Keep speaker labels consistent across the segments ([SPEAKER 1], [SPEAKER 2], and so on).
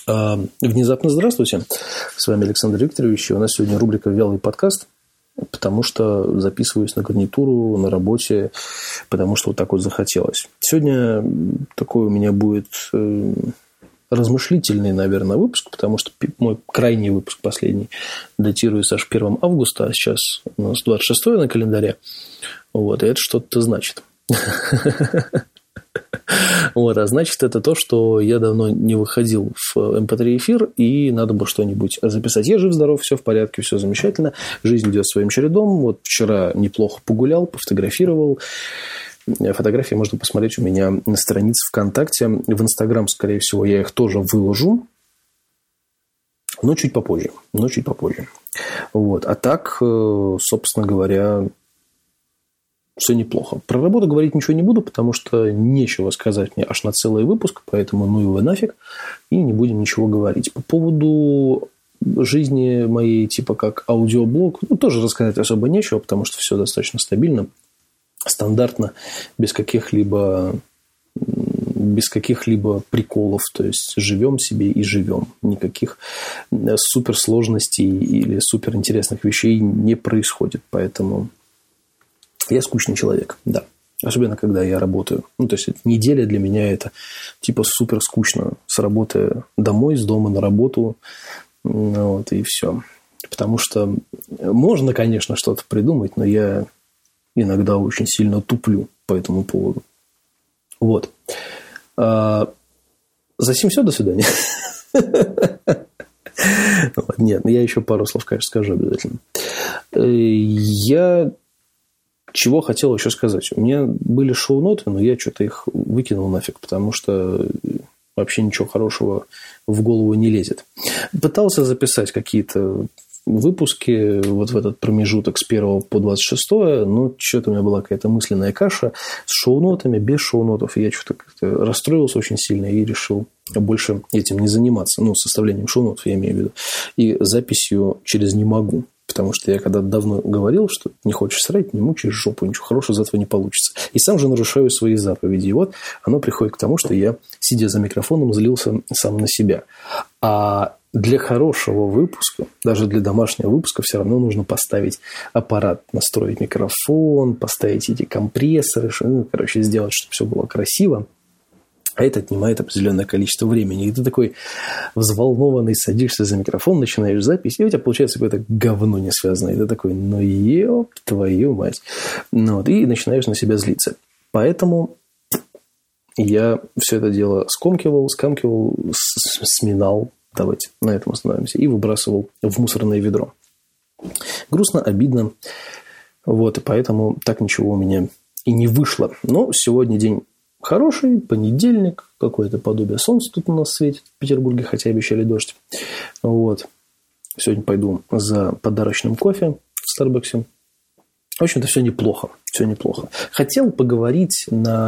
[SPEAKER 1] Внезапно здравствуйте. С вами Александр Викторович. И у нас сегодня рубрика «Вялый подкаст», потому что записываюсь на гарнитуру, на работе, потому что вот так вот захотелось. Сегодня такой у меня будет размышлительный, наверное, выпуск, потому что мой крайний выпуск, последний, датируется аж 1 августа, а сейчас у нас 26 на календаре. Вот, и это что-то значит. Вот, а значит, это то, что я давно не выходил в MP3 эфир, и надо бы что-нибудь записать. Я жив-здоров, все в порядке, все замечательно. Жизнь идет своим чередом. Вот вчера неплохо погулял, пофотографировал. Фотографии можно посмотреть у меня на странице ВКонтакте. В Инстаграм, скорее всего, я их тоже выложу. Но чуть попозже. Вот. А так, собственно говоря, все неплохо. Про работу говорить ничего не буду, потому что нечего сказать мне аж на целый выпуск, поэтому ну его нафиг, и не будем ничего говорить. По поводу жизни моей, типа как аудиоблог, тоже рассказать особо нечего, потому что все достаточно стабильно, стандартно, без каких-либо приколов, то есть живем себе и живем. Никаких суперсложностей или суперинтересных вещей не происходит, поэтому... Я скучный человек, да. Особенно, когда я работаю. То есть, неделя для меня это типа супер скучно. С работы домой, с дома на работу. Вот, и все. Потому что можно, конечно, что-то придумать, но я иногда очень сильно туплю по этому поводу. Вот. За сим все, до свидания. Нет, я еще пару слов, конечно, скажу обязательно. Чего хотел еще сказать? У меня были шоу-ноты, но я что-то их выкинул нафиг, потому что вообще ничего хорошего в голову не лезет. Пытался записать какие-то выпуски вот в этот промежуток с 1 по 26, но что-то у меня была какая-то мысленная каша с шоу-нотами, без шоу-нотов. И я что-то как-то расстроился очень сильно и решил больше этим не заниматься. Составлением шоу-нотов я имею в виду. И записью через «не могу». Потому что я когда-то давно говорил, что не хочешь срать, не мучаешь жопу, ничего хорошего из этого не получится. И сам же нарушаю свои заповеди. И вот оно приходит к тому, что я, сидя за микрофоном, злился сам на себя. А для хорошего выпуска, даже для домашнего выпуска, все равно нужно поставить аппарат, настроить микрофон, поставить эти компрессоры, сделать, чтобы все было красиво. А это отнимает определенное количество времени. И ты такой взволнованный, садишься за микрофон, начинаешь запись, и у тебя получается какое-то говно не связанное. И ты такой, ёб твою мать. И начинаешь на себя злиться. Поэтому я все это дело скомкивал, сминал, давайте на этом остановимся, и выбрасывал в мусорное ведро. Грустно, обидно. Вот, и поэтому так ничего у меня и не вышло. Но сегодня день хороший, понедельник, какое-то подобие солнца тут у нас светит в Петербурге, хотя обещали дождь. Вот. Сегодня пойду за подарочным кофе в Старбаксе. В общем-то, все неплохо. Хотел поговорить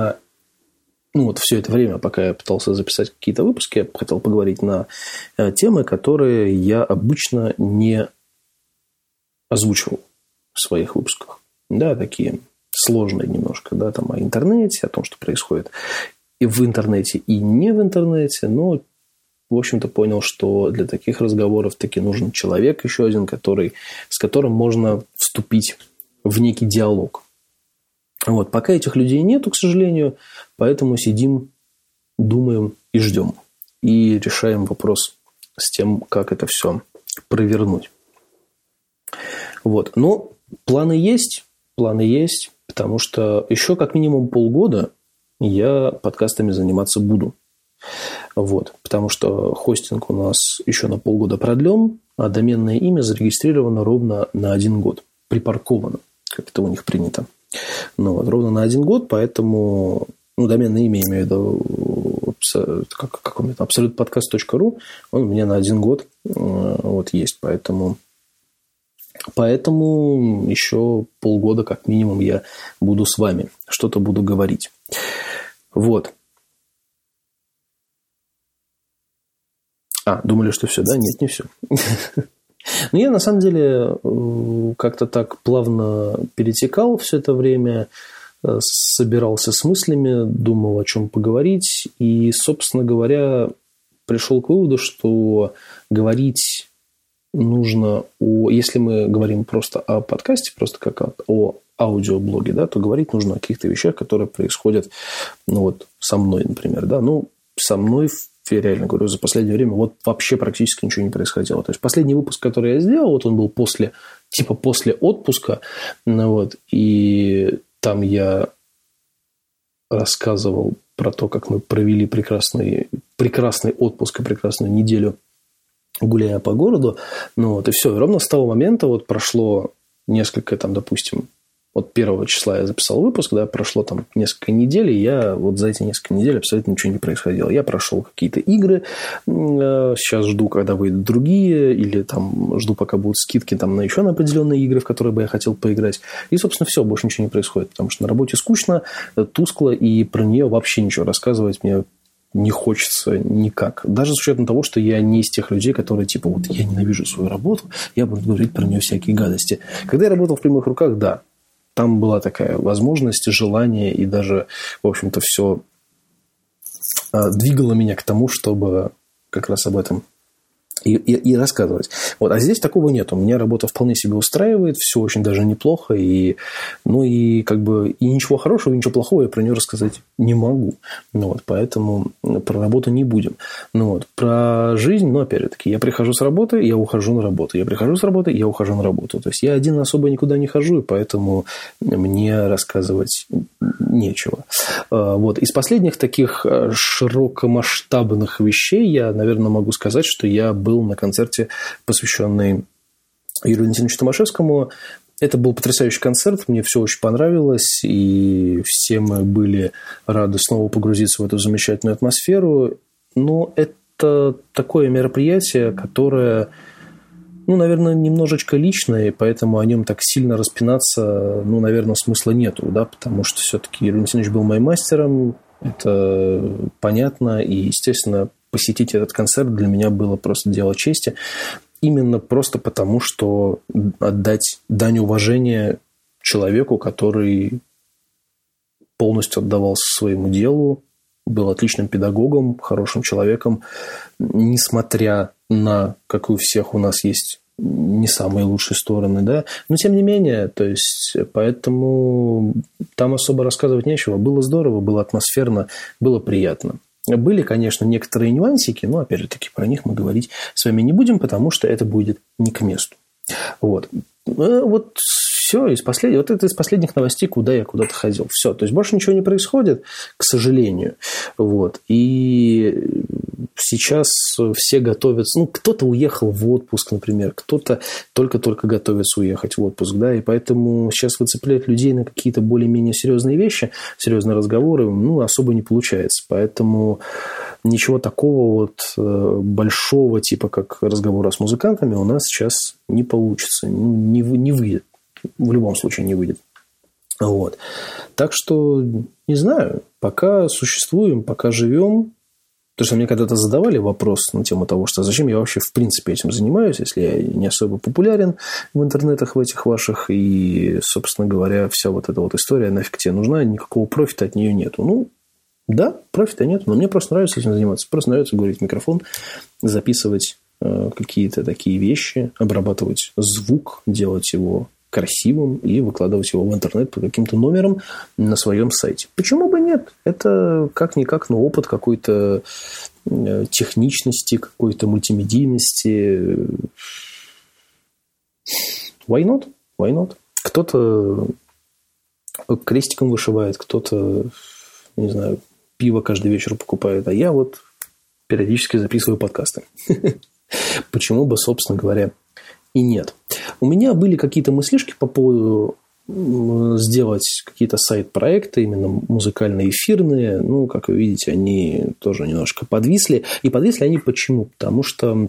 [SPEAKER 1] все это время, пока я пытался записать какие-то выпуски, я хотел поговорить на темы, которые я обычно не озвучивал в своих выпусках. Да, такие... сложное немножко, да, там о интернете, о том, что происходит и в интернете, и не в интернете, но, в общем-то, понял, что для таких разговоров таки нужен человек еще один, с которым можно вступить в некий диалог. Вот, пока этих людей нету, к сожалению, поэтому сидим, думаем и ждем. И решаем вопрос с тем, как это все провернуть. Вот, но планы есть, потому что еще как минимум полгода я подкастами заниматься буду. Вот, потому что хостинг у нас еще на полгода продлен, а доменное имя зарегистрировано ровно на 1 год. Припарковано, как это у них принято. Ровно на 1 год, поэтому доменное имя, я имею в виду, как он это, absolutepodcast.ru, он у меня на 1 год есть, поэтому еще полгода как минимум я буду с вами, что-то буду говорить. Вот. Думали, что все, да? Нет, не все. Но я, на самом деле, как-то так плавно перетекал все это время, собирался с мыслями, думал, о чем поговорить. И, собственно говоря, пришел к выводу, что говорить нужно если мы говорим просто о подкасте, просто как о аудиоблоге, да, то говорить нужно о каких-то вещах, которые происходят, со мной, например, да, со мной, я реально говорю, за последнее время вообще практически ничего не происходило. То есть, последний выпуск, который я сделал, он был после отпуска, и там я рассказывал про то, как мы провели прекрасный отпуск и прекрасную неделю, гуляя по городу. И все. И ровно с того момента прошло несколько, допустим, от 1 числа я записал выпуск, да, прошло несколько недель, и я за эти несколько недель абсолютно ничего не происходило. Я прошел какие-то игры, сейчас жду, когда выйдут другие, или жду, пока будут скидки на определенные игры, в которые бы я хотел поиграть. И, собственно, все, больше ничего не происходит, потому что на работе скучно, тускло, и про нее вообще ничего рассказывать мне не хочется никак. Даже с учетом того, что я не из тех людей, которые я ненавижу свою работу, я буду говорить про нее всякие гадости. Когда я работал в прямых руках, да, там была такая возможность, желание, и даже, в общем-то, все двигало меня к тому, чтобы как раз об этом и рассказывать. А здесь такого нет. У меня работа вполне себе устраивает, все очень даже неплохо, и ничего хорошего, ничего плохого я про нее рассказать не могу. Поэтому про работу не будем. Про жизнь, опять же таки, я прихожу с работы, я ухожу на работу. Я прихожу с работы, я ухожу на работу. То есть, я один особо никуда не хожу, и поэтому мне рассказывать нечего. Из последних таких широкомасштабных вещей я, наверное, могу сказать, что я был на концерте, посвященный Юрию Валентиновичу Томашевскому. Это был потрясающий концерт, мне все очень понравилось, и все мы были рады снова погрузиться в эту замечательную атмосферу. Но это такое мероприятие, которое, наверное, немножечко личное, и поэтому о нем так сильно распинаться, наверное, смысла нету, да, потому что все-таки Юрий Валентинович был моим мастером, это понятно, и, естественно, посетить этот концерт для меня было просто дело чести. Именно просто потому, что отдать дань уважения человеку, который полностью отдавался своему делу, был отличным педагогом, хорошим человеком, несмотря на, как и у всех у нас есть не самые лучшие стороны, да, но тем не менее, то есть, поэтому там особо рассказывать нечего. Было здорово, было атмосферно, было приятно. Были, конечно, некоторые нюансики, но, опять же таки, про них мы говорить с вами не будем, потому что это будет не к месту. Все, из последних новостей, куда я куда-то ходил. Все, то есть, больше ничего не происходит, к сожалению. И сейчас все готовятся, кто-то уехал в отпуск, например, кто-то только-только готовится уехать в отпуск, да, и поэтому сейчас выцеплять людей на какие-то более-менее серьезные вещи, серьезные разговоры, особо не получается. Поэтому ничего такого большого, типа как разговора с музыкантами, у нас сейчас не получится, не выйдет. В любом случае не выйдет. Так что, не знаю, пока существуем, пока живем. Потому что мне когда-то задавали вопрос на тему того, что зачем я вообще в принципе этим занимаюсь, если я не особо популярен в интернетах в этих ваших, и, собственно говоря, вся эта история нафиг тебе нужна, никакого профита от нее нету. Да, профита нет, но мне просто нравится этим заниматься. Просто нравится говорить в микрофон, записывать какие-то такие вещи, обрабатывать звук, делать его красивым и выкладывать его в интернет по каким-то номерам на своем сайте. Почему бы нет? Это как-никак, опыт какой-то техничности, какой-то мультимедийности. Why not? Why not? Кто-то крестиком вышивает, кто-то, не знаю, пиво каждый вечер покупает, а я периодически записываю подкасты. Почему бы, собственно говоря, и нет. У меня были какие-то мыслишки по поводу сделать какие-то сайт-проекты, именно музыкальные, эфирные. Как вы видите, они тоже немножко подвисли. И подвисли они почему? Потому что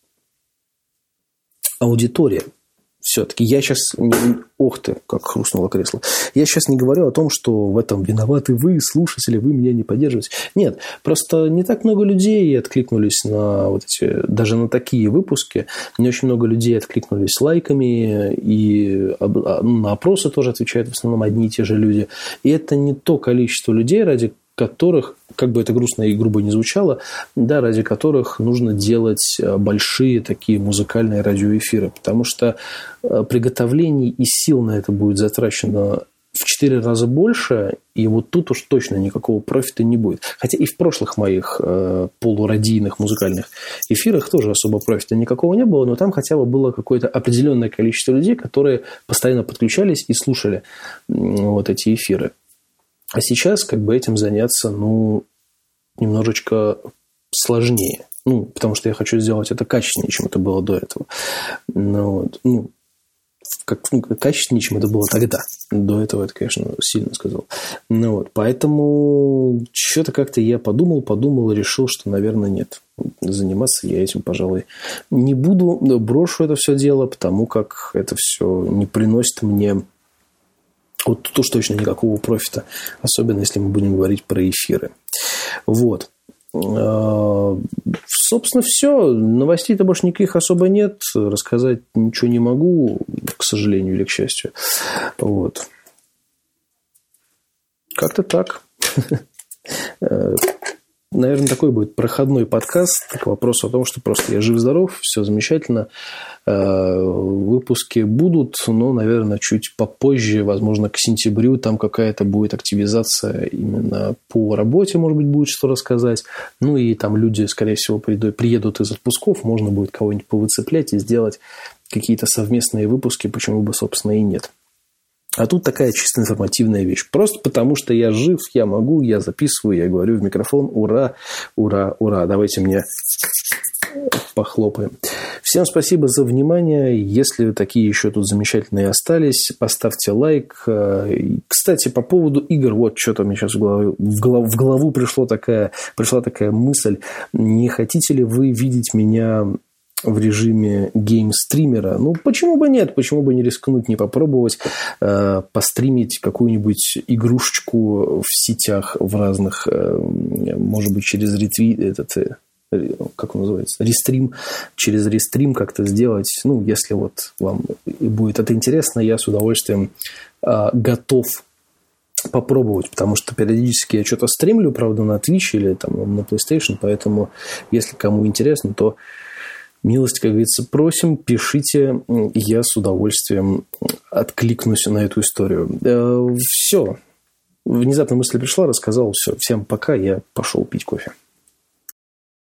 [SPEAKER 1] аудитория. Все-таки я сейчас... Ох ты, как хрустнуло кресло. Я сейчас не говорю о том, что в этом виноваты вы, слушатели, вы меня не поддерживаете. Нет, просто не так много людей откликнулись на даже на такие выпуски. Не очень много людей откликнулись лайками, и на опросы тоже отвечают в основном одни и те же люди. И это не то количество людей, ради которых, как бы это грустно и грубо не звучало, да, ради которых нужно делать большие такие музыкальные радиоэфиры, потому что приготовлений и сил на это будет затрачено в 4 раза больше, и вот тут уж точно никакого профита не будет. Хотя и в прошлых моих полурадийных музыкальных эфирах тоже особо профита никакого не было, но там хотя бы было какое-то определенное количество людей, которые постоянно подключались и слушали вот эти эфиры. А сейчас как бы этим заняться, немножечко сложнее. Потому что я хочу сделать это качественнее, чем это было до этого. Качественнее, чем это было тогда. До этого это, конечно, сильно сказал. Поэтому что-то как-то я подумал и решил, что, наверное, нет. Заниматься я этим, пожалуй, не буду. Брошу это все дело, потому как это все не приносит мне вот тут уж точно никакого профита. Особенно, если мы будем говорить про эфиры. Вот. Собственно, все. Новостей-то больше никаких особо нет. Рассказать ничего не могу, к сожалению или к счастью. Вот. Как-то так. Наверное, такой будет проходной подкаст к вопросу о том, что просто я жив-здоров, все замечательно. Выпуски будут, но, наверное, чуть попозже, возможно, к сентябрю там какая-то будет активизация именно по работе, может быть, будет что рассказать. И там люди, скорее всего, приедут из отпусков, можно будет кого-нибудь повыцеплять и сделать какие-то совместные выпуски, почему бы, собственно, и нет. А тут такая чисто информативная вещь. Просто потому, что я жив, я могу, я записываю, я говорю в микрофон. Ура, ура, ура. Давайте мне похлопаем. Всем спасибо за внимание. Если такие еще тут замечательные остались, поставьте лайк. Кстати, по поводу игр. Вот что-то мне сейчас в голову пришла такая мысль. Не хотите ли вы видеть меня в режиме гейм-стримера? Почему бы нет? Почему бы не рискнуть, не попробовать постримить какую-нибудь игрушечку в сетях, в разных, может быть, через как он называется? Рестрим. Через рестрим как-то сделать. Если вот вам будет это интересно, я с удовольствием готов попробовать, потому что периодически я что-то стримлю, правда, на Twitch или там на PlayStation, поэтому, если кому интересно, то милости, как говорится, просим, пишите, я с удовольствием откликнусь на эту историю. Все. Внезапно мысль пришла, рассказал, все. Всем пока, я пошел пить кофе.